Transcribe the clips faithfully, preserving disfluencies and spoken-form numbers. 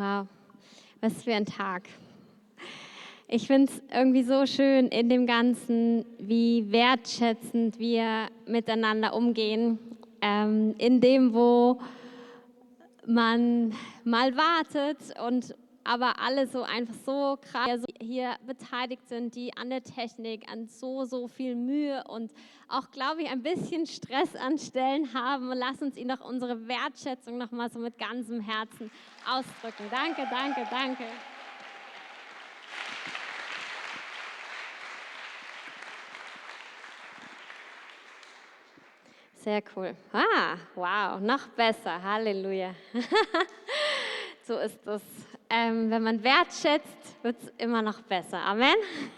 Wow, was für ein Tag. Ich finde es irgendwie so schön in dem Ganzen, wie wertschätzend wir miteinander umgehen. Ähm, in dem, wo man mal wartet und aber alle so einfach so krass hier beteiligt sind, die an der Technik, an so, so viel Mühe und auch, glaube ich, ein bisschen Stress an Stellen haben. Und lass uns ihnen doch unsere Wertschätzung nochmal so mit ganzem Herzen ausdrücken. Danke, danke, danke. Sehr cool. Ah, wow, noch besser. Halleluja. So ist es. Ähm, wenn man wertschätzt, wird es immer noch besser. Amen.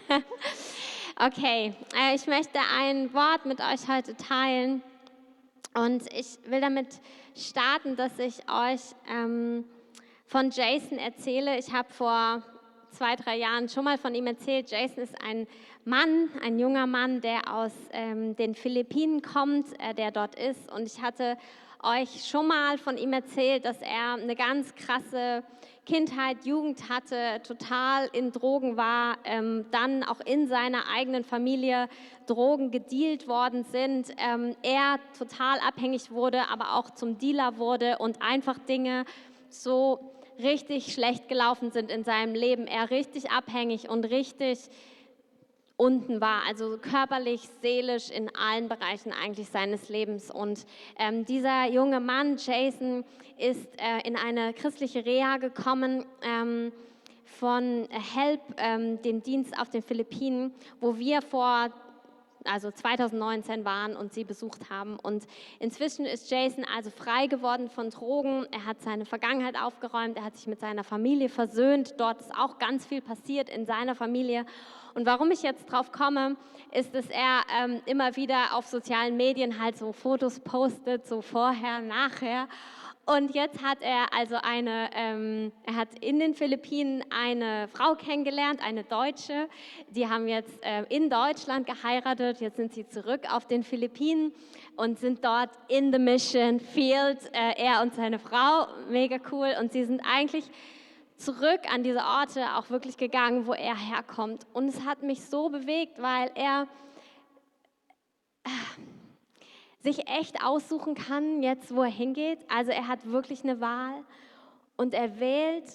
Okay, äh, ich möchte ein Wort mit euch heute teilen. Und ich will damit starten, dass ich euch ähm, von Jason erzähle. Ich habe vor zwei, drei Jahren schon mal von ihm erzählt. Jason ist ein Mann, ein junger Mann, der aus ähm, den Philippinen kommt, äh, der dort ist. Und ich hatte euch schon mal von ihm erzählt, dass er eine ganz krasse Kindheit, Jugend hatte, total in Drogen war, ähm, dann auch in seiner eigenen Familie Drogen gedealt worden sind, ähm, er total abhängig wurde, aber auch zum Dealer wurde und einfach Dinge so richtig schlecht gelaufen sind in seinem Leben, er richtig abhängig und richtig unten war, also körperlich, seelisch, in allen Bereichen eigentlich seines Lebens. Und ähm, dieser junge Mann, Jason, ist äh, in eine christliche Reha gekommen ähm, von Help, ähm, dem Dienst auf den Philippinen, wo wir vor also zwanzig neunzehn waren und sie besucht haben. Und inzwischen ist Jason also frei geworden von Drogen. Er hat seine Vergangenheit aufgeräumt, er hat sich mit seiner Familie versöhnt. Dort ist auch ganz viel passiert in seiner Familie. Und warum ich jetzt drauf komme, ist, dass er ähm, immer wieder auf sozialen Medien halt so Fotos postet, so vorher, nachher. Und jetzt hat er also eine, ähm, er hat in den Philippinen eine Frau kennengelernt, eine Deutsche. Die haben jetzt äh, in Deutschland geheiratet. Jetzt sind sie zurück auf den Philippinen und sind dort in the Mission Field. Äh, er und seine Frau, mega cool. Und sie sind eigentlich zurück an diese Orte auch wirklich gegangen, wo er herkommt. Und es hat mich so bewegt, weil er äh, sich echt aussuchen kann, jetzt wo er hingeht. Also er hat wirklich eine Wahl und er wählt,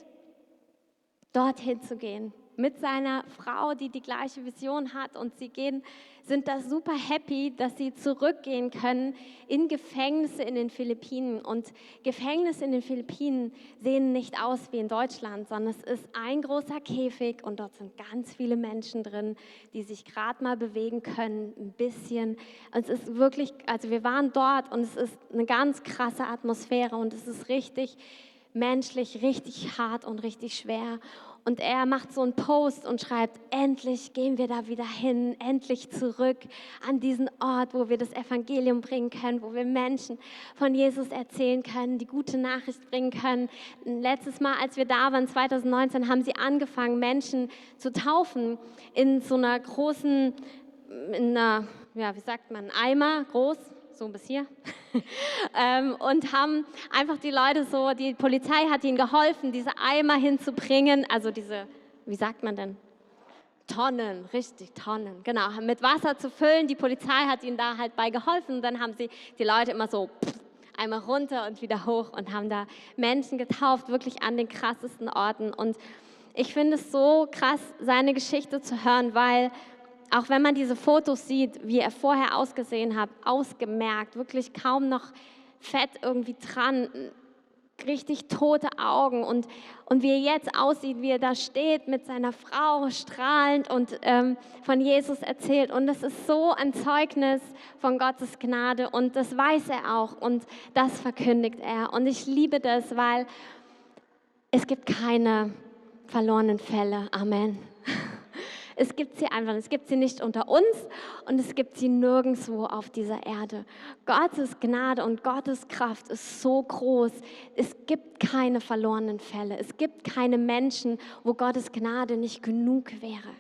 dorthin zu gehen. Mit seiner Frau, die die gleiche Vision hat, und sie gehen, sind da super happy, dass sie zurückgehen können in Gefängnisse in den Philippinen. Und Gefängnisse in den Philippinen sehen nicht aus wie in Deutschland, sondern es ist ein großer Käfig und dort sind ganz viele Menschen drin, die sich gerade mal bewegen können, ein bisschen. Und es ist wirklich, also wir waren dort und es ist eine ganz krasse Atmosphäre und es ist richtig menschlich, richtig hart und richtig schwer. Und er macht so einen Post und schreibt, endlich gehen wir da wieder hin, endlich zurück an diesen Ort, wo wir das Evangelium bringen können, wo wir Menschen von Jesus erzählen können, die gute Nachricht bringen können. Letztes Mal, als wir da waren, zwanzig neunzehn, haben sie angefangen, Menschen zu taufen in so einer großen, in einer, ja, wie sagt man, Eimer, groß, so bis hier, ähm, und haben einfach die Leute so, die Polizei hat ihnen geholfen, diese Eimer hinzubringen, also diese, wie sagt man denn, Tonnen, richtig, Tonnen, genau, mit Wasser zu füllen. Die Polizei hat ihnen da halt bei geholfen und dann haben sie die Leute immer so pff, einmal runter und wieder hoch und haben da Menschen getauft, wirklich an den krassesten Orten. Und ich finde es so krass, seine Geschichte zu hören, weil auch wenn man diese Fotos sieht, wie er vorher ausgesehen hat, ausgemerkt, wirklich kaum noch Fett irgendwie dran, richtig tote Augen und, und wie er jetzt aussieht, wie er da steht mit seiner Frau, strahlend und ähm, von Jesus erzählt. Und das ist so ein Zeugnis von Gottes Gnade und das weiß er auch und das verkündigt er. Und ich liebe das, weil es gibt keine verlorenen Fälle. Amen. Es gibt sie einfach, es gibt sie nicht unter uns und es gibt sie nirgendwo auf dieser Erde. Gottes Gnade und Gottes Kraft ist so groß. Es gibt keine verlorenen Fälle. Es gibt keine Menschen, wo Gottes Gnade nicht genug wäre.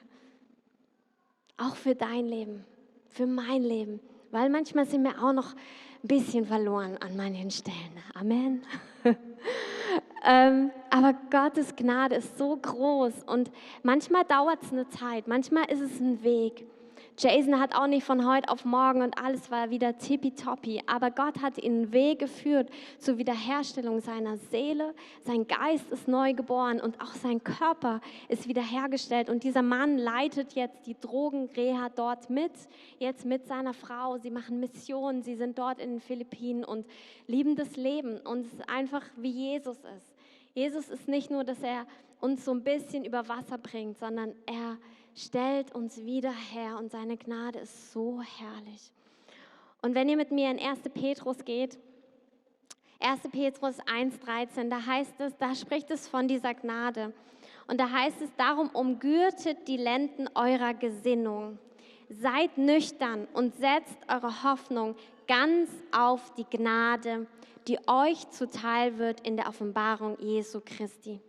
Auch für dein Leben, für mein Leben. Weil manchmal sind wir auch noch ein bisschen verloren an manchen Stellen. Amen. Ähm, aber Gottes Gnade ist so groß und manchmal dauert es eine Zeit, manchmal ist es ein Weg. Jason hat auch nicht von heute auf morgen und alles war wieder tippitoppi, aber Gott hat ihn einen Weg geführt zur Wiederherstellung seiner Seele. Sein Geist ist neu geboren und auch sein Körper ist wiederhergestellt. Und dieser Mann leitet jetzt die Drogenreha dort mit, jetzt mit seiner Frau. Sie machen Missionen, sie sind dort in den Philippinen und lieben das Leben. Und es ist einfach, wie Jesus ist. Jesus ist nicht nur, dass er uns so ein bisschen über Wasser bringt, sondern er stellt uns wieder her und seine Gnade ist so herrlich. Und wenn ihr mit mir in erster Petrus geht, erster Petrus eins dreizehn, da heißt es, da spricht es von dieser Gnade. Und da heißt es, darum umgürtet die Lenden eurer Gesinnung. Seid nüchtern und setzt eure Hoffnung ganz auf die Gnade, die euch zuteil wird in der Offenbarung Jesu Christi.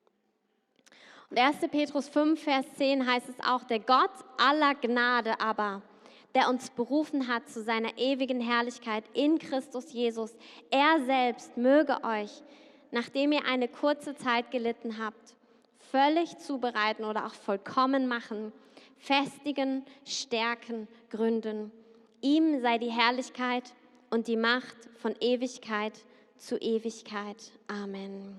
Und erster Petrus fünf, Vers zehn heißt es auch, der Gott aller Gnade aber, der uns berufen hat zu seiner ewigen Herrlichkeit in Christus Jesus, er selbst möge euch, nachdem ihr eine kurze Zeit gelitten habt, völlig zubereiten oder auch vollkommen machen, festigen, stärken, gründen. Ihm sei die Herrlichkeit und die Macht von Ewigkeit zu Ewigkeit. Amen.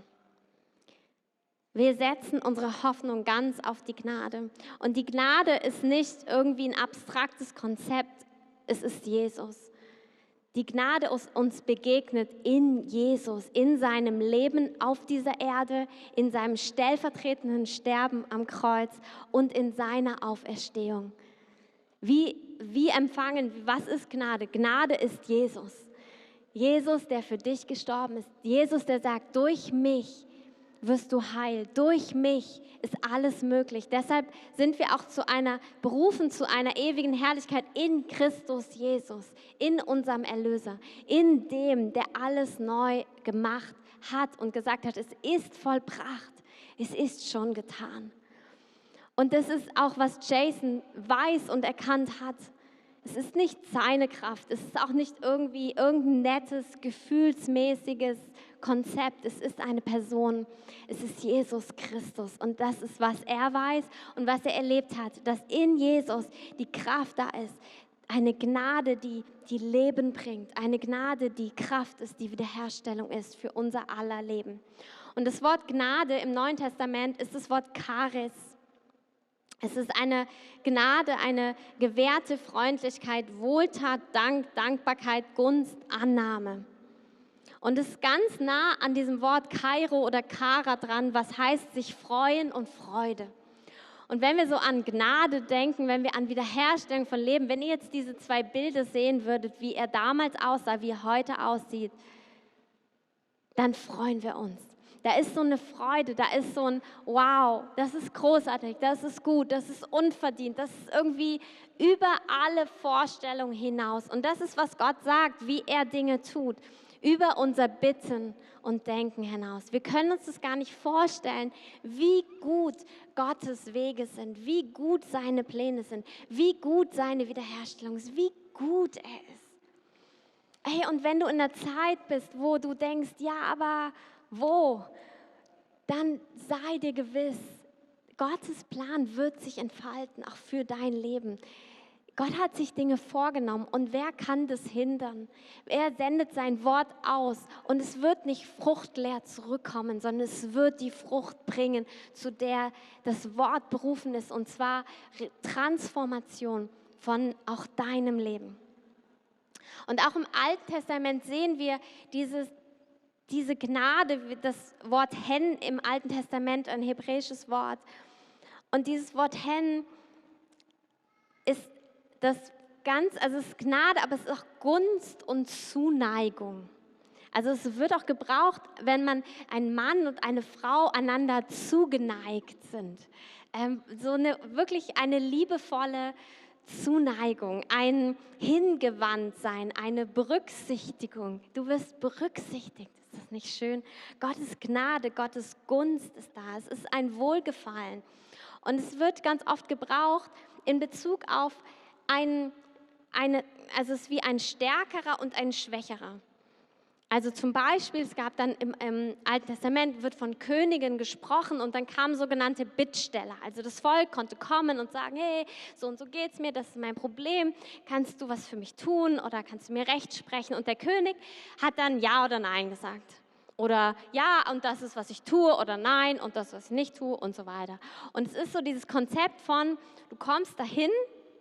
Wir setzen unsere Hoffnung ganz auf die Gnade. Und die Gnade ist nicht irgendwie ein abstraktes Konzept, es ist Jesus. Die Gnade uns begegnet in Jesus, in seinem Leben auf dieser Erde, in seinem stellvertretenden Sterben am Kreuz und in seiner Auferstehung. Wie, wie empfangen, was ist Gnade? Gnade ist Jesus. Jesus, der für dich gestorben ist. Jesus, der sagt, durch mich wirst du heil. Durch mich ist alles möglich. Deshalb sind wir auch zu einer berufen zu einer ewigen Herrlichkeit in Christus Jesus, in unserem Erlöser, in dem, der alles neu gemacht hat und gesagt hat, es ist vollbracht, es ist schon getan. Und das ist auch, was Jason weiß und erkannt hat. Es ist nicht seine Kraft, es ist auch nicht irgendwie irgendein nettes, gefühlsmäßiges Konzept. Es ist eine Person, es ist Jesus Christus und das ist, was er weiß und was er erlebt hat, dass in Jesus die Kraft da ist, eine Gnade, die, die Leben bringt, eine Gnade, die Kraft ist, die Wiederherstellung ist für unser aller Leben. Und das Wort Gnade im Neuen Testament ist das Wort Charis. Es ist eine Gnade, eine gewährte Freundlichkeit, Wohltat, Dank, Dankbarkeit, Gunst, Annahme. Und es ist ganz nah an diesem Wort Kairo oder Kara dran, was heißt sich freuen und Freude. Und wenn wir so an Gnade denken, wenn wir an Wiederherstellung von Leben, wenn ihr jetzt diese zwei Bilder sehen würdet, wie er damals aussah, wie er heute aussieht, dann freuen wir uns. Da ist so eine Freude, da ist so ein Wow, das ist großartig, das ist gut, das ist unverdient, das ist irgendwie über alle Vorstellungen hinaus. Und das ist, was Gott sagt, wie er Dinge tut, über unser Bitten und Denken hinaus. Wir können uns das gar nicht vorstellen, wie gut Gottes Wege sind, wie gut seine Pläne sind, wie gut seine Wiederherstellung ist, wie gut er ist. Hey, und wenn du in einer Zeit bist, wo du denkst, ja, aber wo? Dann sei dir gewiss, Gottes Plan wird sich entfalten, auch für dein Leben. Gott hat sich Dinge vorgenommen und wer kann das hindern? Er sendet sein Wort aus und es wird nicht fruchtleer zurückkommen, sondern es wird die Frucht bringen, zu der das Wort berufen ist, und zwar Transformation von auch deinem Leben. Und auch im Alten Testament sehen wir dieses Diese Gnade, das Wort Hen im Alten Testament, ein hebräisches Wort. Und dieses Wort Hen ist das ganz, also es ist Gnade, aber es ist auch Gunst und Zuneigung. Also es wird auch gebraucht, wenn man ein Mann und eine Frau einander zugeneigt sind. Ähm, so eine wirklich eine liebevolle Zuneigung, ein Hingewandtsein, eine Berücksichtigung. Du wirst berücksichtigt. Ist das nicht schön? Gottes Gnade, Gottes Gunst ist da. Es ist ein Wohlgefallen. Und es wird ganz oft gebraucht in Bezug auf ein, eine, also es ist wie ein Stärkerer und ein Schwächerer. Also zum Beispiel, es gab dann im, im Alten Testament, wird von Königen gesprochen und dann kamen sogenannte Bittsteller. Also das Volk konnte kommen und sagen, hey, so und so geht es mir, das ist mein Problem, kannst du was für mich tun oder kannst du mir Recht sprechen? Und der König hat dann Ja oder Nein gesagt. Oder ja, und das ist, was ich tue, oder nein, und das, was ich nicht tue, und so weiter. Und es ist so dieses Konzept von, du kommst dahin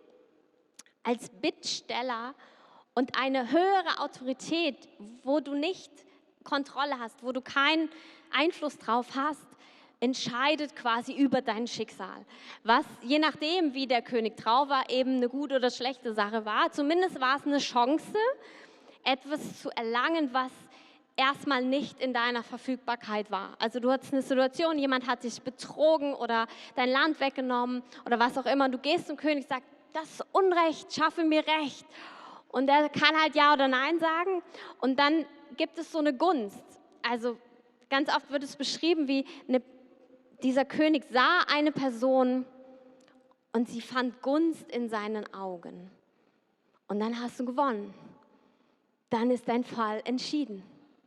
als Bittsteller und eine höhere Autorität, wo du nicht Kontrolle hast, wo du keinen Einfluss drauf hast, entscheidet quasi über dein Schicksal. Was, je nachdem, wie der König drauf war, eben eine gute oder schlechte Sache war. Zumindest war es eine Chance, etwas zu erlangen, was erstmal nicht in deiner Verfügbarkeit war. Also du hattest eine Situation, jemand hat dich betrogen oder dein Land weggenommen oder was auch immer. Du gehst zum König und sagst, das ist Unrecht, schaffe mir Recht. Und er kann halt Ja oder Nein sagen. Und dann gibt es so eine Gunst. Also ganz oft wird es beschrieben, wie eine, dieser König sah eine Person und sie fand Gunst in seinen Augen. Und dann hast du gewonnen. Dann ist dein Fall entschieden.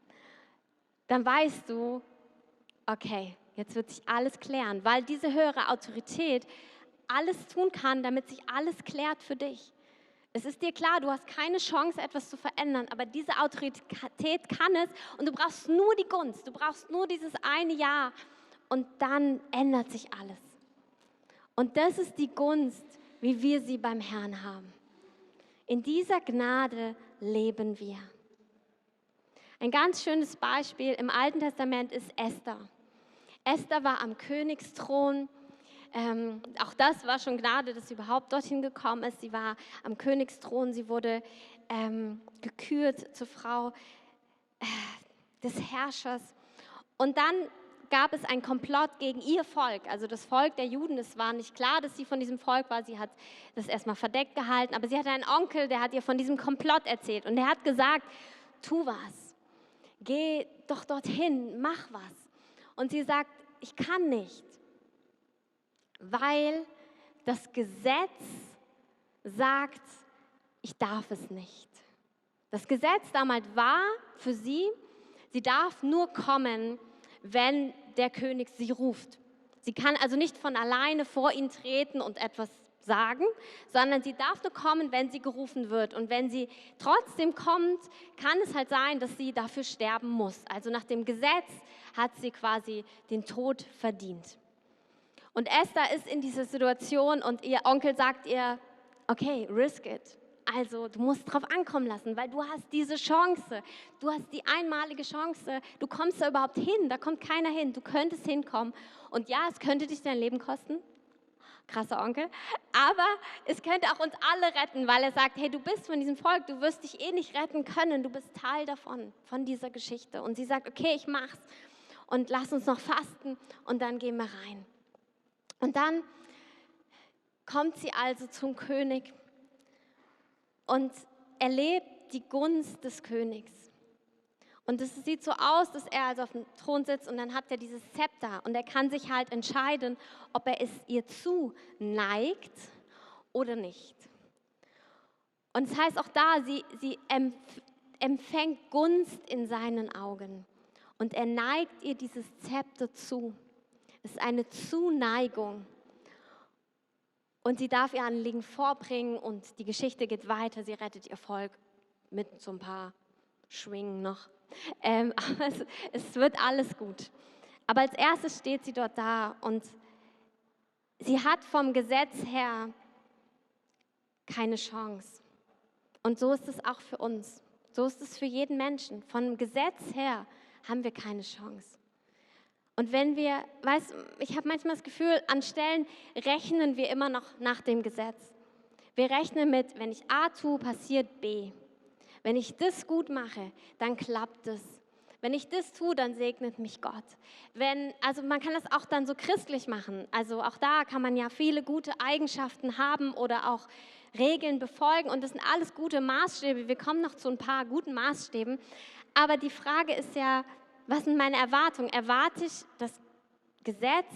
Dann weißt du, okay, jetzt wird sich alles klären, weil diese höhere Autorität alles tun kann, damit sich alles klärt für dich. Es ist dir klar, du hast keine Chance, etwas zu verändern, aber diese Autorität kann es und du brauchst nur die Gunst, du brauchst nur dieses eine Ja und dann ändert sich alles. Und das ist die Gunst, wie wir sie beim Herrn haben. In dieser Gnade leben wir. Ein ganz schönes Beispiel im Alten Testament ist Esther. Esther war am Königsthron. Ähm, auch das war schon Gnade, dass sie überhaupt dorthin gekommen ist. Sie war am Königsthron, sie wurde ähm, gekürt zur Frau äh, des Herrschers. Und dann gab es einen Komplott gegen ihr Volk, also das Volk der Juden. Es war nicht klar, dass sie von diesem Volk war. Sie hat das erstmal verdeckt gehalten, aber sie hatte einen Onkel, der hat ihr von diesem Komplott erzählt. Und der hat gesagt, tu was. Geh doch dorthin, mach was. Und sie sagt, ich kann nicht, weil das Gesetz sagt, ich darf es nicht. Das Gesetz damals war für sie, sie darf nur kommen, wenn der König sie ruft. Sie kann also nicht von alleine vor ihn treten und etwas sagen, sondern sie darf nur kommen, wenn sie gerufen wird. Und wenn sie trotzdem kommt, kann es halt sein, dass sie dafür sterben muss. Also nach dem Gesetz hat sie quasi den Tod verdient. Und Esther ist in dieser Situation und ihr Onkel sagt ihr, okay, risk it. Also du musst drauf ankommen lassen, weil du hast diese Chance. Du hast die einmalige Chance. Du kommst da überhaupt hin, da kommt keiner hin. Du könntest hinkommen. Und ja, es könnte dich dein Leben kosten. Krasser Onkel. Aber es könnte auch uns alle retten, weil er sagt, hey, du bist von diesem Volk, du wirst dich eh nicht retten können. Du bist Teil davon, von dieser Geschichte. Und sie sagt, okay, ich mach's. Und lass uns noch fasten und dann gehen wir rein. Und dann kommt sie also zum König und erlebt die Gunst des Königs. Und es sieht so aus, dass er also auf dem Thron sitzt und dann hat er dieses Zepter und er kann sich halt entscheiden, ob er es ihr zuneigt oder nicht. Und es heißt auch da, sie, sie empfängt Gunst in seinen Augen und er neigt ihr dieses Zepter zu. Es ist eine Zuneigung. Und sie darf ihr Anliegen vorbringen und die Geschichte geht weiter. Sie rettet ihr Volk mit so ein paar Schwingen noch. Ähm, aber es, es wird alles gut. Aber als erstes steht sie dort da und sie hat vom Gesetz her keine Chance. Und so ist es auch für uns. So ist es für jeden Menschen. Vom Gesetz her haben wir keine Chance. Und wenn wir, weißt, ich habe manchmal das Gefühl, an Stellen rechnen wir immer noch nach dem Gesetz. Wir rechnen mit, wenn ich A tue, passiert B. Wenn ich das gut mache, dann klappt es. Wenn ich das tue, dann segnet mich Gott. Wenn, also man kann das auch dann so christlich machen. Also auch da kann man ja viele gute Eigenschaften haben oder auch Regeln befolgen. Und das sind alles gute Maßstäbe. Wir kommen noch zu ein paar guten Maßstäben. Aber die Frage ist ja, was sind meine Erwartungen? Erwarte ich das Gesetz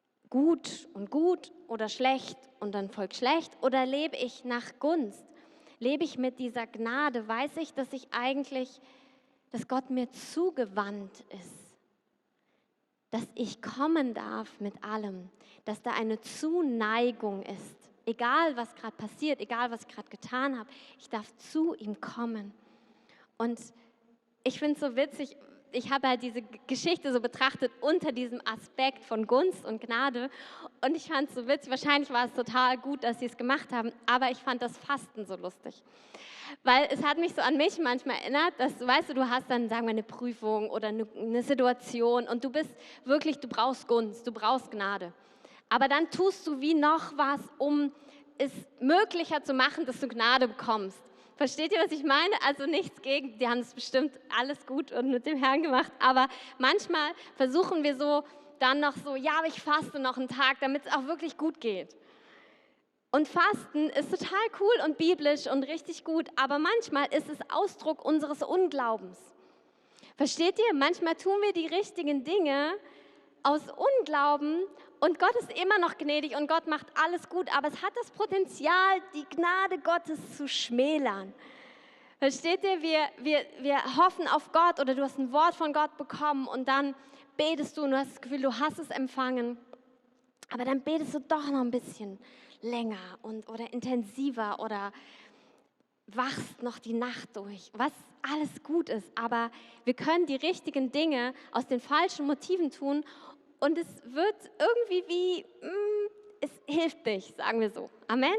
gut und gut oder schlecht und dann folgt schlecht? Oder lebe ich nach Gunst? Lebe ich mit dieser Gnade? Weiß ich, dass ich eigentlich, dass Gott mir zugewandt ist? Dass ich kommen darf mit allem, dass da eine Zuneigung ist. Egal, was gerade passiert, egal, was ich gerade getan habe, ich darf zu ihm kommen. Und ich finde es so witzig, ich habe halt diese Geschichte so betrachtet unter diesem Aspekt von Gunst und Gnade. Und ich fand es so witzig, wahrscheinlich war es total gut, dass sie es gemacht haben, aber ich fand das Fasten so lustig. Weil es hat mich so an mich manchmal erinnert, dass, weißt du, du hast dann, sagen wir, eine Prüfung oder eine, eine Situation und du bist wirklich, du brauchst Gunst, du brauchst Gnade. Aber dann tust du wie noch was, um es möglicher zu machen, dass du Gnade bekommst. Versteht ihr, was ich meine? Also nichts gegen, die haben es bestimmt alles gut und mit dem Herrn gemacht, aber manchmal versuchen wir so dann noch so, ja, aber ich faste noch einen Tag, damit es auch wirklich gut geht. Und Fasten ist total cool und biblisch und richtig gut, aber manchmal ist es Ausdruck unseres Unglaubens. Versteht ihr? Manchmal tun wir die richtigen Dinge aus Unglauben und Gott ist immer noch gnädig und Gott macht alles gut, aber es hat das Potenzial, die Gnade Gottes zu schmälern. Versteht ihr? Wir, wir, wir hoffen auf Gott oder du hast ein Wort von Gott bekommen und dann betest du und du hast das Gefühl, du hast es empfangen, aber dann betest du doch noch ein bisschen länger und, oder intensiver oder wachst noch die Nacht durch, was alles gut ist, aber wir können die richtigen Dinge aus den falschen Motiven tun und es wird irgendwie wie, mm, es hilft nicht, sagen wir so. Amen?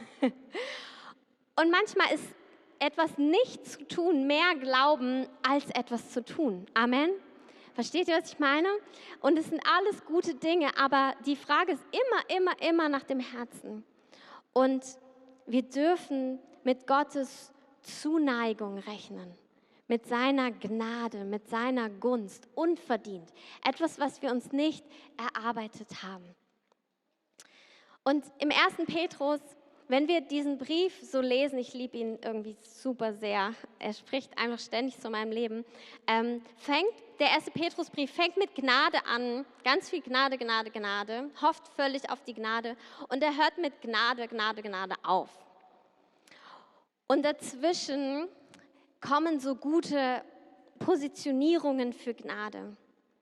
Und manchmal ist etwas nicht zu tun mehr Glauben, als etwas zu tun. Amen? Versteht ihr, was ich meine? Und es sind alles gute Dinge, aber die Frage ist immer, immer, immer nach dem Herzen. Und wir dürfen mit Gottes Zuneigung rechnen, mit seiner Gnade, mit seiner Gunst, unverdient. Etwas, was wir uns nicht erarbeitet haben. Und im ersten Petrus, wenn wir diesen Brief so lesen, ich liebe ihn irgendwie super sehr, er spricht einfach ständig zu meinem Leben, ähm, fängt, der erste Petrusbrief fängt mit Gnade an, ganz viel Gnade, Gnade, Gnade, hofft völlig auf die Gnade und er hört mit Gnade, Gnade, Gnade auf. Und dazwischen kommen so gute Positionierungen für Gnade.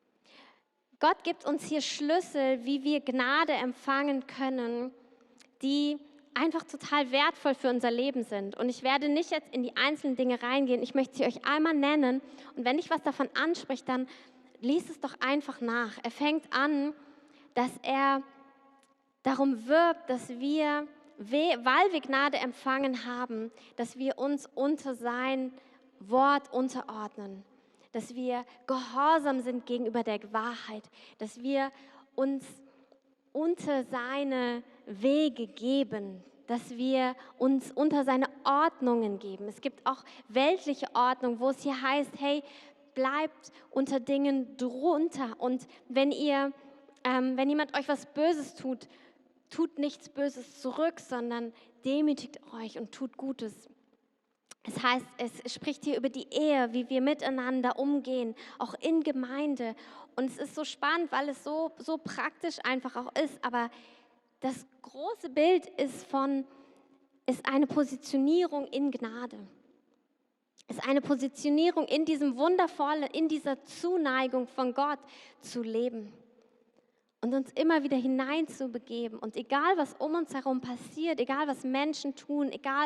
Gott gibt uns hier Schlüssel, wie wir Gnade empfangen können, die einfach total wertvoll für unser Leben sind. Und ich werde nicht jetzt in die einzelnen Dinge reingehen, ich möchte sie euch einmal nennen und wenn dich was davon anspricht, dann liest es doch einfach nach. Er fängt an, dass er darum wirbt, dass wir, weil wir Gnade empfangen haben, dass wir uns unter sein Wort unterordnen, dass wir gehorsam sind gegenüber der Wahrheit, dass wir uns unter seine Wege geben, dass wir uns unter seine Ordnungen geben. Es gibt auch weltliche Ordnung, wo es hier heißt, hey, bleibt unter Dingen drunter und wenn ihr, ähm, wenn jemand euch was Böses tut, tut nichts Böses zurück, sondern demütigt euch und tut Gutes. Es heißt, es spricht hier über die Ehe, wie wir miteinander umgehen, auch in Gemeinde. Und es ist so spannend, weil es so, so praktisch einfach auch ist. Aber das große Bild ist von, ist eine Positionierung in Gnade. Ist eine Positionierung in diesem wundervollen, in dieser Zuneigung von Gott zu leben. Und uns immer wieder hineinzubegeben. Und egal, was um uns herum passiert, egal, was Menschen tun, egal,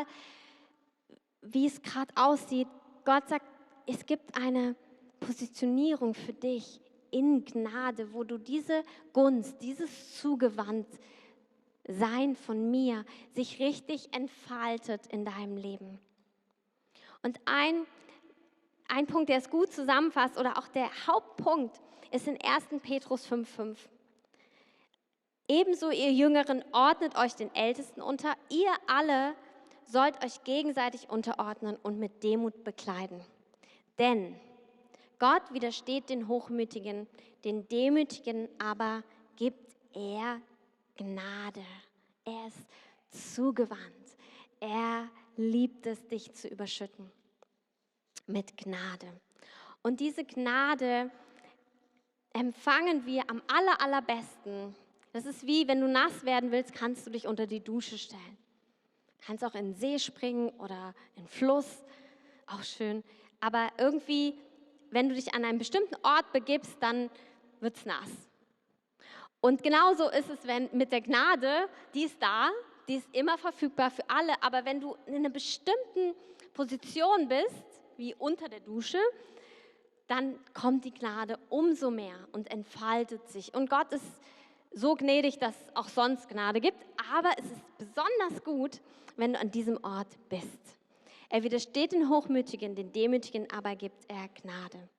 wie es gerade aussieht, Gott sagt, es gibt eine Positionierung für dich in Gnade, wo du diese Gunst, dieses Zugewandtsein von mir sich richtig entfaltet in deinem Leben. Und ein, ein Punkt, der es gut zusammenfasst oder auch der Hauptpunkt, ist in ersten Petrus fünf fünf. Ebenso ihr Jüngeren ordnet euch den Ältesten unter, ihr alle sollt euch gegenseitig unterordnen und mit Demut bekleiden. Denn Gott widersteht den Hochmütigen, den Demütigen aber gibt er Gnade. Er ist zugewandt. Er liebt es, dich zu überschütten mit Gnade. Und diese Gnade empfangen wir am aller, allerbesten. Das ist wie, wenn du nass werden willst, kannst du dich unter die Dusche stellen. Kannst auch in den See springen oder in den Fluss, auch schön. Aber irgendwie, wenn du dich an einen bestimmten Ort begibst, dann wird es nass. Und genauso ist es wenn mit der Gnade, die ist da, die ist immer verfügbar für alle. Aber wenn du in einer bestimmten Position bist, wie unter der Dusche, dann kommt die Gnade umso mehr und entfaltet sich. Und Gott ist so gnädig, dass es auch sonst Gnade gibt, aber es ist besonders gut, wenn du an diesem Ort bist. Er widersteht den Hochmütigen, den Demütigen aber gibt er Gnade.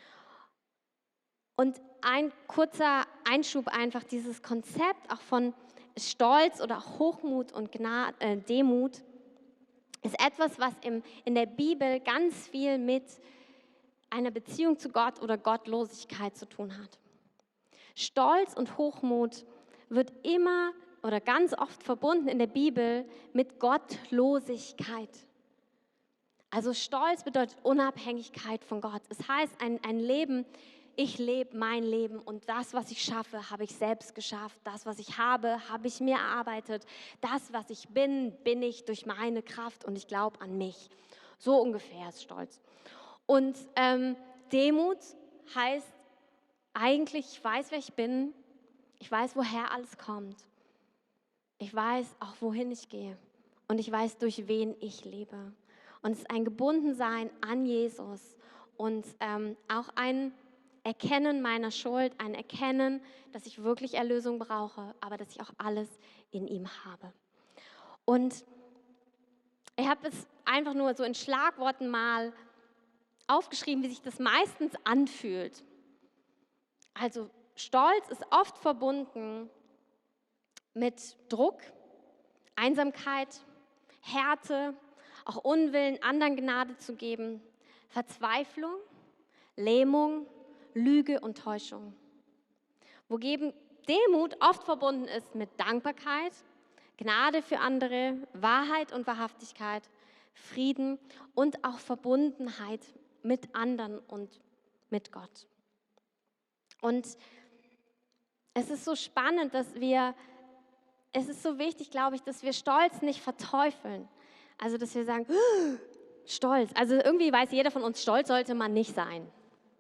Und ein kurzer Einschub einfach, dieses Konzept auch von Stolz oder auch Hochmut und Gnade, äh, Demut ist etwas, was im, in der Bibel ganz viel mit einer Beziehung zu Gott oder Gottlosigkeit zu tun hat. Stolz und Hochmut wird immer oder ganz oft verbunden in der Bibel mit Gottlosigkeit. Also Stolz bedeutet Unabhängigkeit von Gott. Es heißt ein, ein Leben, ich lebe mein Leben und das, was ich schaffe, habe ich selbst geschafft. Das, was ich habe, habe ich mir erarbeitet. Das, was ich bin, bin ich durch meine Kraft und ich glaube an mich. So ungefähr ist Stolz. Und ähm, Demut heißt eigentlich, ich weiß, wer ich bin. Ich weiß, woher alles kommt. Ich weiß auch, wohin ich gehe. Und ich weiß, durch wen ich lebe. Und es ist ein Gebundensein an Jesus und ähm, auch ein Erkennen meiner Schuld, ein Erkennen, dass ich wirklich Erlösung brauche, aber dass ich auch alles in ihm habe. Und ich habe es einfach nur so in Schlagworten mal aufgeschrieben, wie sich das meistens anfühlt. Also Stolz ist oft verbunden mit Druck, Einsamkeit, Härte, auch Unwillen, anderen Gnade zu geben, Verzweiflung, Lähmung, Lüge und Täuschung. Wogegen Demut oft verbunden ist mit Dankbarkeit, Gnade für andere, Wahrheit und Wahrhaftigkeit, Frieden und auch Verbundenheit mit anderen und mit Gott. Und es ist so spannend, dass wir, es ist so wichtig, glaube ich, dass wir Stolz nicht verteufeln. Also, dass wir sagen, Stolz. Also irgendwie weiß jeder von uns, stolz sollte man nicht sein.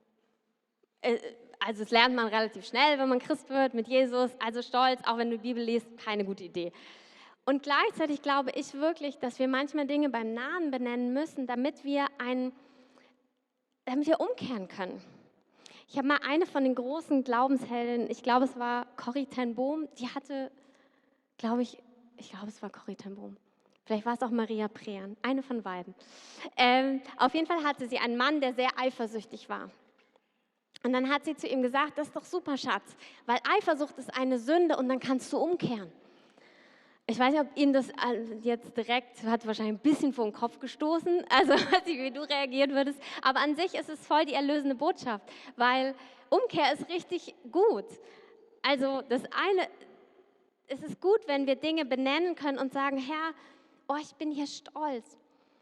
Also das lernt man relativ schnell, wenn man Christ wird mit Jesus. Also Stolz, auch wenn du die Bibel liest, keine gute Idee. Und gleichzeitig glaube ich wirklich, dass wir manchmal Dinge beim Namen benennen müssen, damit wir, ein, damit wir umkehren können. Ich habe mal eine von den großen Glaubenshelden, ich glaube es war Corrie ten Boom, die hatte, glaube ich, ich glaube es war Corrie ten Boom. Vielleicht war es auch Maria Prean, eine von beiden. Ähm, auf jeden Fall hatte sie einen Mann, der sehr eifersüchtig war. Und dann hat sie zu ihm gesagt, das ist doch super, Schatz, weil Eifersucht ist eine Sünde und dann kannst du umkehren. Ich weiß nicht, ob Ihnen das jetzt direkt, hat wahrscheinlich ein bisschen vor den Kopf gestoßen, also weiß nicht, wie du reagieren würdest, aber an sich ist es voll die erlösende Botschaft, weil Umkehr ist richtig gut. Also das eine, es ist gut, wenn wir Dinge benennen können und sagen, Herr, oh, ich bin hier stolz.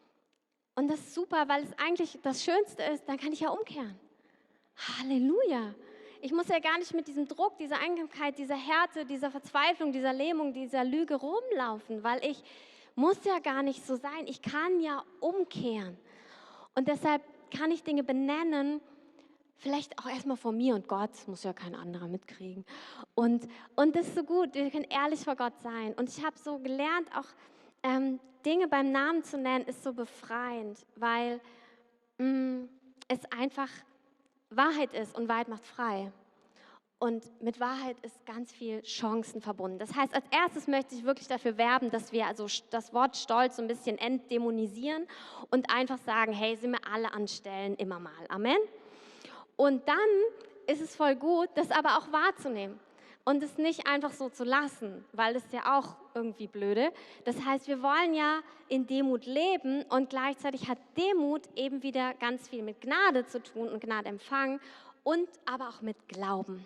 Und das ist super, weil es eigentlich das Schönste ist, dann kann ich ja umkehren. Halleluja. Ich muss ja gar nicht mit diesem Druck, dieser Einsamkeit, dieser Härte, dieser Verzweiflung, dieser Lähmung, dieser Lüge rumlaufen, weil ich muss ja gar nicht so sein. Ich kann ja umkehren. Und deshalb kann ich Dinge benennen, vielleicht auch erstmal vor mir und Gott, muss ja kein anderer mitkriegen. Und, und das ist so gut, wir können ehrlich vor Gott sein. Und ich habe so gelernt, auch ähm, Dinge beim Namen zu nennen, ist so befreiend, weil mh, es einfach Wahrheit ist und Wahrheit macht frei. Und mit Wahrheit ist ganz viel Chancen verbunden. Das heißt, als erstes möchte ich wirklich dafür werben, dass wir also das Wort Stolz so ein bisschen entdämonisieren und einfach sagen, hey, sind wir alle an Stellen immer mal. Amen. Und dann ist es voll gut, das aber auch wahrzunehmen und es nicht einfach so zu lassen, weil das ist ja auch irgendwie blöde. Das heißt, wir wollen ja in Demut leben und gleichzeitig hat Demut eben wieder ganz viel mit Gnade zu tun und Gnade empfangen und aber auch mit Glauben.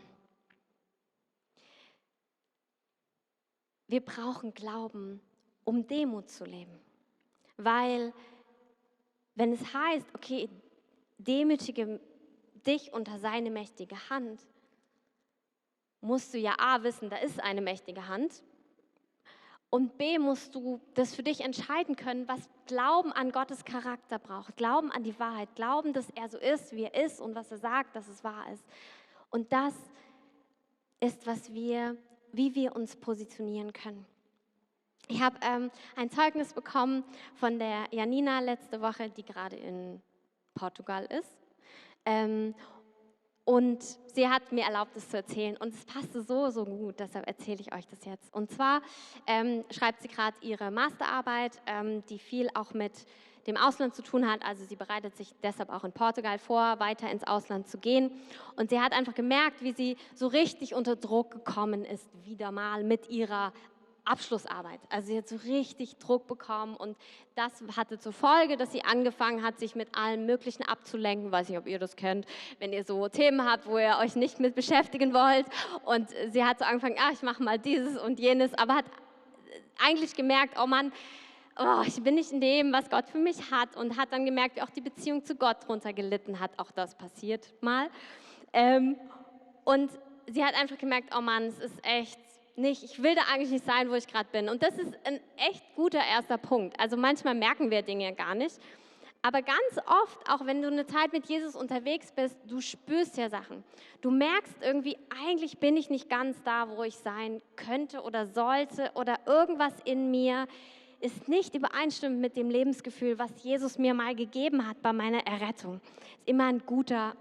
Wir brauchen Glauben, um Demut zu leben, weil wenn es heißt, okay, demütige dich unter seine mächtige Hand, musst du ja A wissen, da ist eine mächtige Hand Und B, musst du das für dich entscheiden können, was Glauben an Gottes Charakter braucht. Glauben an die Wahrheit. Glauben, dass er so ist, wie er ist und was er sagt, dass es wahr ist. Und das ist, was wir, wie wir uns positionieren können. Ich habe ähm, ein Zeugnis bekommen von der Janina letzte Woche, die gerade in Portugal ist. Ähm, Und sie hat mir erlaubt, das zu erzählen. Und es passte so, so gut, deshalb erzähle ich euch das jetzt. Und zwar ähm, schreibt sie gerade ihre Masterarbeit, ähm, die viel auch mit dem Ausland zu tun hat. Also sie bereitet sich deshalb auch in Portugal vor, weiter ins Ausland zu gehen. Und sie hat einfach gemerkt, wie sie so richtig unter Druck gekommen ist, wieder mal mit ihrer Abschlussarbeit. Also sie hat so richtig Druck bekommen und das hatte zur Folge, dass sie angefangen hat, sich mit allem Möglichen abzulenken. Weiß nicht, ob ihr das kennt, wenn ihr so Themen habt, wo ihr euch nicht mit beschäftigen wollt. Und sie hat so angefangen, ah, ich mache mal dieses und jenes, aber hat eigentlich gemerkt, oh Mann, oh, ich bin nicht in dem, was Gott für mich hat, und hat dann gemerkt, wie auch die Beziehung zu Gott drunter gelitten hat. Auch das passiert mal. Ähm, und sie hat einfach gemerkt, oh Mann, es ist echt nicht, ich will da eigentlich nicht sein, wo ich gerade bin. Und das ist ein echt guter erster Punkt. Also manchmal merken wir Dinge gar nicht. Aber ganz oft, auch wenn du eine Zeit mit Jesus unterwegs bist, du spürst ja Sachen. Du merkst irgendwie, eigentlich bin ich nicht ganz da, wo ich sein könnte oder sollte, oder irgendwas in mir ist nicht übereinstimmend mit dem Lebensgefühl, was Jesus mir mal gegeben hat bei meiner Errettung. Ist immer ein guter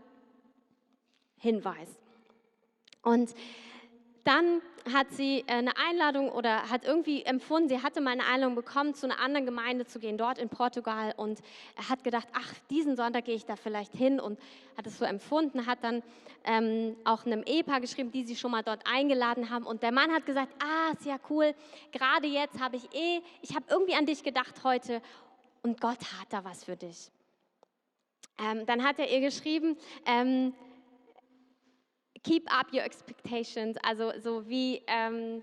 Hinweis. Und dann hat sie eine Einladung oder hat irgendwie empfunden, sie hatte mal eine Einladung bekommen, zu einer anderen Gemeinde zu gehen, dort in Portugal, und er hat gedacht, ach, diesen Sonntag gehe ich da vielleicht hin, und hat es so empfunden, hat dann ähm, auch einem Ehepaar geschrieben, die sie schon mal dort eingeladen haben, und der Mann hat gesagt, ah, ist ja cool, gerade jetzt habe ich eh, ich habe irgendwie an dich gedacht heute und Gott hat da was für dich. Ähm, dann hat er ihr geschrieben, ähm, keep up your expectations, also so wie, ähm,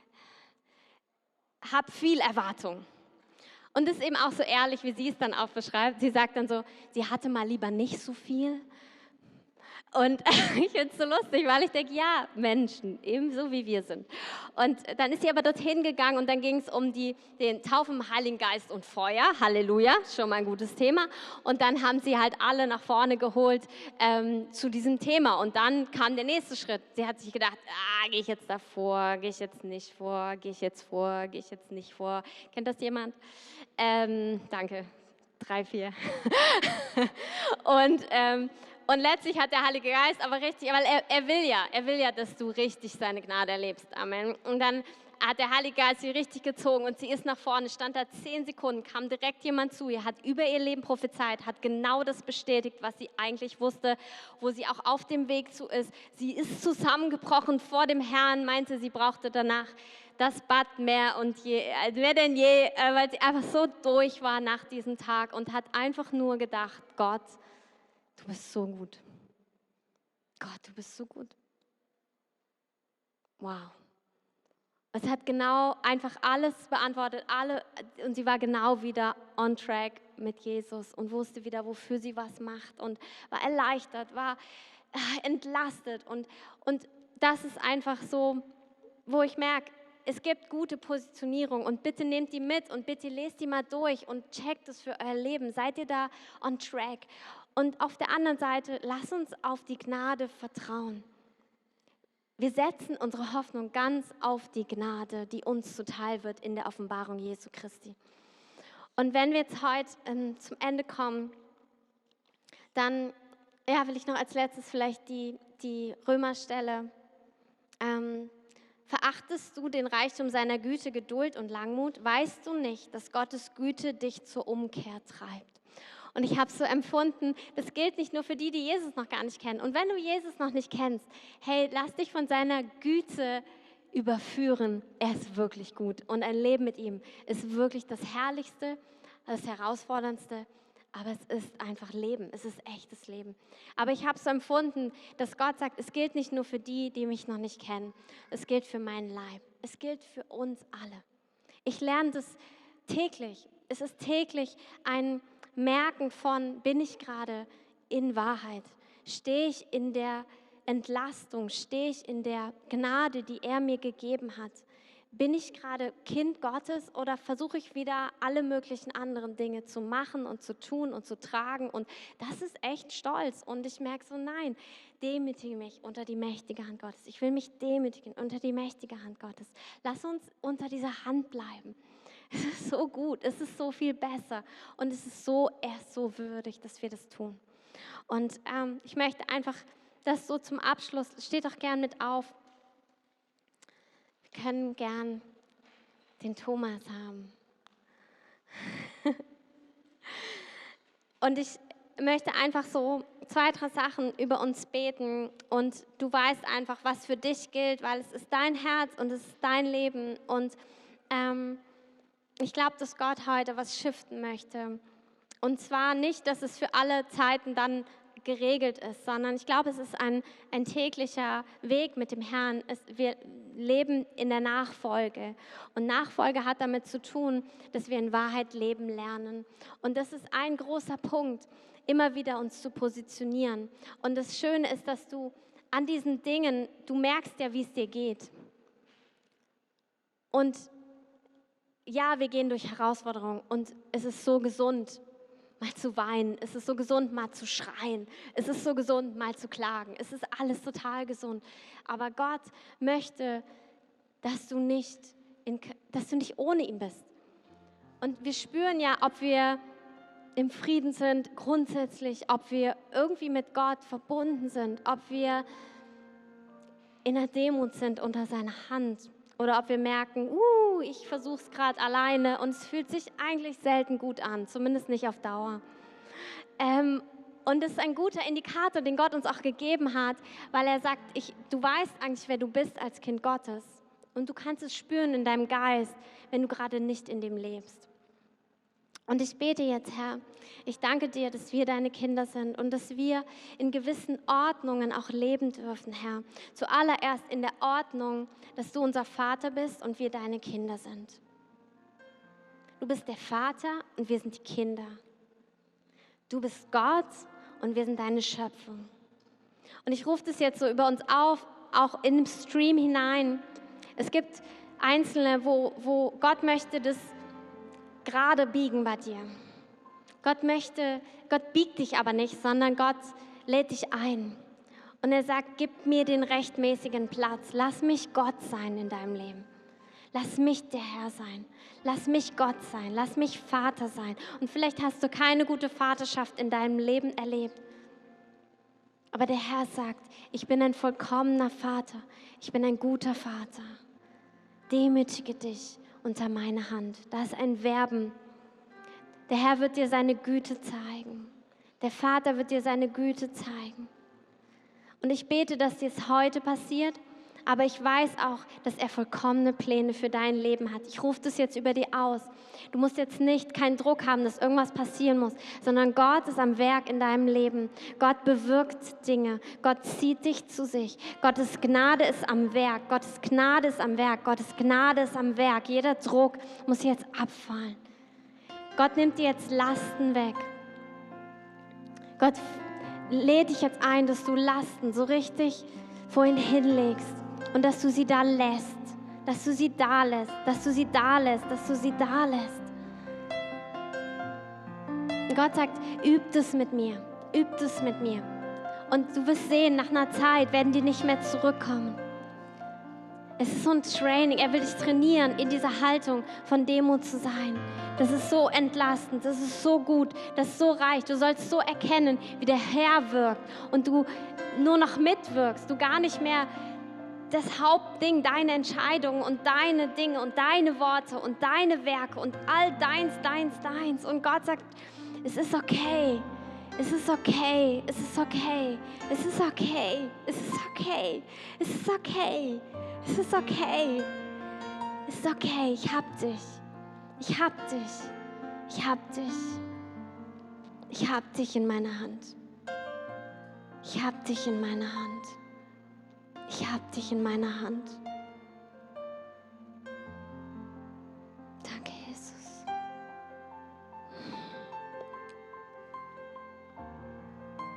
hab viel Erwartung. Und das ist eben auch so ehrlich, wie sie es dann auch beschreibt. Sie sagt dann so, sie hatte mal lieber nicht so viel. Und ich finde es so lustig, weil ich denke, ja, Menschen, ebenso wie wir sind. Und dann ist sie aber dorthin gegangen und dann ging es um die, den Taufen im Heiligen Geist und Feuer. Halleluja, schon mal ein gutes Thema. Und dann haben sie halt alle nach vorne geholt ähm, zu diesem Thema. Und dann kam der nächste Schritt. Sie hat sich gedacht, ah, gehe ich jetzt davor, gehe ich jetzt nicht vor, gehe ich jetzt vor, gehe ich jetzt nicht vor. Kennt das jemand? Ähm, danke, drei, vier. und ähm, Und letztlich hat der Heilige Geist aber richtig, weil er, er will ja, er will ja, dass du richtig seine Gnade erlebst. Amen. Und dann hat der Heilige Geist sie richtig gezogen und sie ist nach vorne, stand da zehn Sekunden, kam direkt jemand zu ihr, hat über ihr Leben prophezeit, hat genau das bestätigt, was sie eigentlich wusste, wo sie auch auf dem Weg zu ist. Sie ist zusammengebrochen vor dem Herrn, meinte, sie brauchte danach das Bad mehr und je, mehr denn je, äh, weil sie einfach so durch war nach diesem Tag und hat einfach nur gedacht, Gott, du bist so gut. Gott, du bist so gut. Wow. Es hat genau einfach alles beantwortet, alle, und sie war genau wieder on track mit Jesus und wusste wieder, wofür sie was macht und war erleichtert, war entlastet. Und, und das ist einfach so, wo ich merke, es gibt gute Positionierung und bitte nehmt die mit und bitte lest die mal durch und checkt es für euer Leben. Seid ihr da on track? Und auf der anderen Seite, lass uns auf die Gnade vertrauen. Wir setzen unsere Hoffnung ganz auf die Gnade, die uns zuteil wird in der Offenbarung Jesu Christi. Und wenn wir jetzt heute ähm, zum Ende kommen, dann ja, will ich noch als letztes vielleicht die, die Römerstelle. Ähm, Verachtest du den Reichtum seiner Güte, Geduld und Langmut? Weißt du nicht, dass Gottes Güte dich zur Umkehr treibt? Und ich habe so empfunden, das gilt nicht nur für die, die Jesus noch gar nicht kennen. Und wenn du Jesus noch nicht kennst, hey, lass dich von seiner Güte überführen. Er ist wirklich gut. Und ein Leben mit ihm ist wirklich das Herrlichste, das Herausforderndste. Aber es ist einfach Leben, es ist echtes Leben. Aber ich habe so empfunden, dass Gott sagt, es gilt nicht nur für die, die mich noch nicht kennen. Es gilt für meinen Leib. Es gilt für uns alle. Ich lerne das täglich. Es ist täglich ein Merken von, bin ich gerade in Wahrheit? Stehe ich in der Entlastung? Stehe ich in der Gnade, die er mir gegeben hat? bin ich gerade Kind Gottes oder versuche ich wieder alle möglichen anderen Dinge zu machen und zu tun und zu tragen? Und das ist echt Stolz. Und ich merke so, nein, demütige mich unter die mächtige Hand Gottes. Ich will mich demütigen unter die mächtige Hand Gottes. Lass uns unter dieser Hand bleiben. Es ist so gut, es ist so viel besser und es ist so, er ist so würdig, dass wir das tun. Und ähm, ich möchte einfach das so zum Abschluss, steht doch gern mit auf. Wir können gern den Thomas haben. Und ich möchte einfach so zwei, drei Sachen über uns beten und du weißt einfach, was für dich gilt, weil es ist dein Herz und es ist dein Leben und ähm, ich glaube, dass Gott heute was shiften möchte. Und zwar nicht, dass es für alle Zeiten dann geregelt ist, sondern ich glaube, es ist ein, ein täglicher Weg mit dem Herrn. Es, wir leben in der Nachfolge. Und Nachfolge hat damit zu tun, dass wir in Wahrheit leben lernen. Und das ist ein großer Punkt, immer wieder uns zu positionieren. Und das Schöne ist, dass du an diesen Dingen, du merkst ja, wie es dir geht. Und ja, wir gehen durch Herausforderungen und es ist so gesund, mal zu weinen. Es ist so gesund, mal zu schreien. Es ist so gesund, mal zu klagen. Es ist alles total gesund. Aber Gott möchte, dass du nicht, in, dass du nicht ohne ihn bist. Und wir spüren ja, ob wir im Frieden sind, grundsätzlich, ob wir irgendwie mit Gott verbunden sind, ob wir in der Demut sind unter seiner Hand. Oder ob wir merken, uh, ich versuche es gerade alleine und es fühlt sich eigentlich selten gut an, zumindest nicht auf Dauer. Ähm, und das ist ein guter Indikator, den Gott uns auch gegeben hat, weil er sagt, ich, du weißt eigentlich, wer du bist als Kind Gottes. Und du kannst es spüren in deinem Geist, wenn du gerade nicht in dem lebst. Und ich bete jetzt, Herr, ich danke dir, dass wir deine Kinder sind und dass wir in gewissen Ordnungen auch leben dürfen, Herr. Zuallererst in der Ordnung, dass du unser Vater bist und wir deine Kinder sind. Du bist der Vater und wir sind die Kinder. Du bist Gott und wir sind deine Schöpfung. Und ich rufe das jetzt so über uns auf, auch in den Stream hinein. Es gibt Einzelne, wo, wo Gott möchte, dass gerade biegen bei dir. Gott möchte, Gott biegt dich aber nicht, sondern Gott lädt dich ein. Und er sagt, gib mir den rechtmäßigen Platz. Lass mich Gott sein in deinem Leben. Lass mich der Herr sein. Lass mich Gott sein. Lass mich Vater sein. Und vielleicht hast du keine gute Vaterschaft in deinem Leben erlebt. Aber der Herr sagt, ich bin ein vollkommener Vater. Ich bin ein guter Vater. Demütige dich unter meine Hand. Da ist ein Werben. Der Herr wird dir seine Güte zeigen. Der Vater wird dir seine Güte zeigen. Und ich bete, dass dir es heute passiert, aber ich weiß auch, dass er vollkommene Pläne für dein Leben hat. Ich rufe das jetzt über dir aus. Du musst jetzt nicht keinen Druck haben, dass irgendwas passieren muss, sondern Gott ist am Werk in deinem Leben. Gott bewirkt Dinge. Gott zieht dich zu sich. Gottes Gnade ist am Werk. Gottes Gnade ist am Werk. Gottes Gnade ist am Werk. Jeder Druck muss jetzt abfallen. Gott nimmt dir jetzt Lasten weg. Gott lädt dich jetzt ein, dass du Lasten so richtig vor ihn hinlegst und dass du sie da lässt, dass du sie da lässt, dass du sie da lässt, dass du sie da lässt. Und Gott sagt, übt es mit mir, übt es mit mir. Und du wirst sehen, nach einer Zeit werden die nicht mehr zurückkommen. Es ist so ein Training, er will dich trainieren, in dieser Haltung von Demut zu sein. Das ist so entlastend, das ist so gut, das ist so reich. Du sollst so erkennen, wie der Herr wirkt und du nur noch mitwirkst, du gar nicht mehr das Hauptding, deine Entscheidungen und deine Dinge und deine Worte und deine Werke und all deins, deins, deins. Und Gott sagt, es ist okay, es ist okay, es ist okay, es ist okay, es ist okay, es ist okay, es ist okay, es ist okay, ich hab dich, ich hab dich, ich hab dich, ich hab dich in meiner Hand. Ich hab dich in meiner Hand. Ich hab dich in meiner Hand. Danke, Jesus.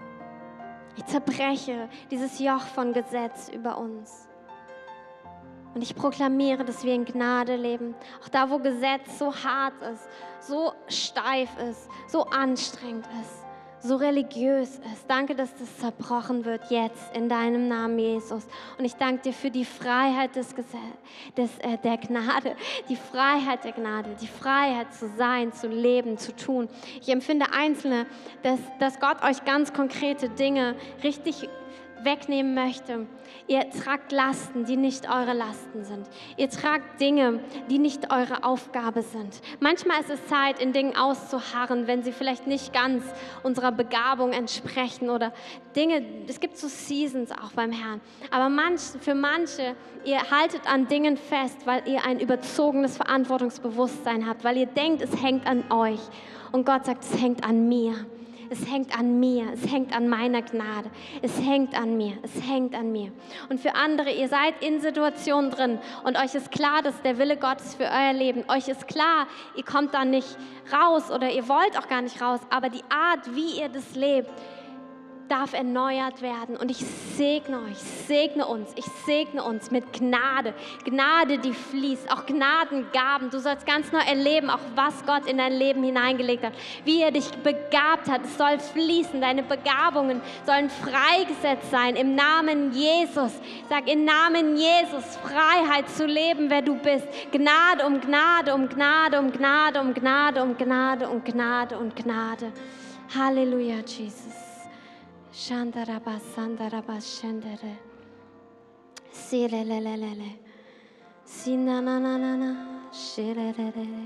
Ich zerbreche dieses Joch von Gesetz über uns. Und ich proklamiere, dass wir in Gnade leben. Auch da, wo Gesetz so hart ist, so steif ist, so anstrengend ist, so religiös ist. Danke, dass das zerbrochen wird jetzt in deinem Namen, Jesus. Und ich danke dir für die Freiheit des Gesetz, des, äh, der Gnade, die Freiheit der Gnade, die Freiheit zu sein, zu leben, zu tun. Ich empfinde Einzelne, dass, dass Gott euch ganz konkrete Dinge richtig wegnehmen möchte. Ihr tragt Lasten, die nicht eure Lasten sind. Ihr tragt Dinge, die nicht eure Aufgabe sind. Manchmal ist es Zeit, in Dingen auszuharren, wenn sie vielleicht nicht ganz unserer Begabung entsprechen oder Dinge, es gibt so Seasons auch beim Herrn. Aber manch, für manche, ihr haltet an Dingen fest, weil ihr ein überzogenes Verantwortungsbewusstsein habt, weil ihr denkt, es hängt an euch. Und Gott sagt, es hängt an mir. Es hängt an mir, es hängt an meiner Gnade, es hängt an mir, es hängt an mir. Und für andere, ihr seid in Situationen drin und euch ist klar, dass der Wille Gottes für euer Leben, euch ist klar, ihr kommt da nicht raus oder ihr wollt auch gar nicht raus, aber die Art, wie ihr das lebt, darf erneuert werden. Und ich segne euch, segne uns, ich segne uns mit Gnade. Gnade, die fließt, auch Gnadengaben. Du sollst ganz neu erleben, auch was Gott in dein Leben hineingelegt hat, wie er dich begabt hat. Es soll fließen, deine Begabungen sollen freigesetzt sein im Namen Jesus. Sag im Namen Jesus, Freiheit zu leben, wer du bist. Gnade um Gnade, um Gnade, um Gnade, um Gnade, um Gnade, um Gnade, um Gnade. Halleluja, Jesus. Shandaraba sandaraba shandere silelelelele sinananana shirelele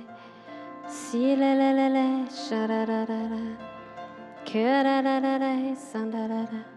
silelelele shararara kerelele sandarara